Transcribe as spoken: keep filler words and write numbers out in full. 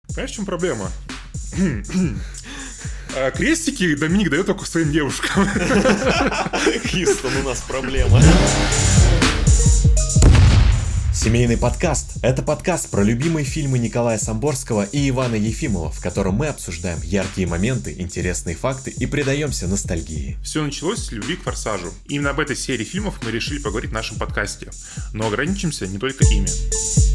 Понимаешь, в чем проблема? Крестики Доминик дает только своим девушкам. Хистон, у нас проблема. Семейный подкаст – это подкаст про любимые фильмы Николая Самборского и Ивана Ефимова, в котором мы обсуждаем яркие моменты, интересные факты и предаемся ностальгии. Все началось с любви к «Форсажу». Именно об этой серии фильмов мы решили поговорить в нашем подкасте, но ограничимся не только ими.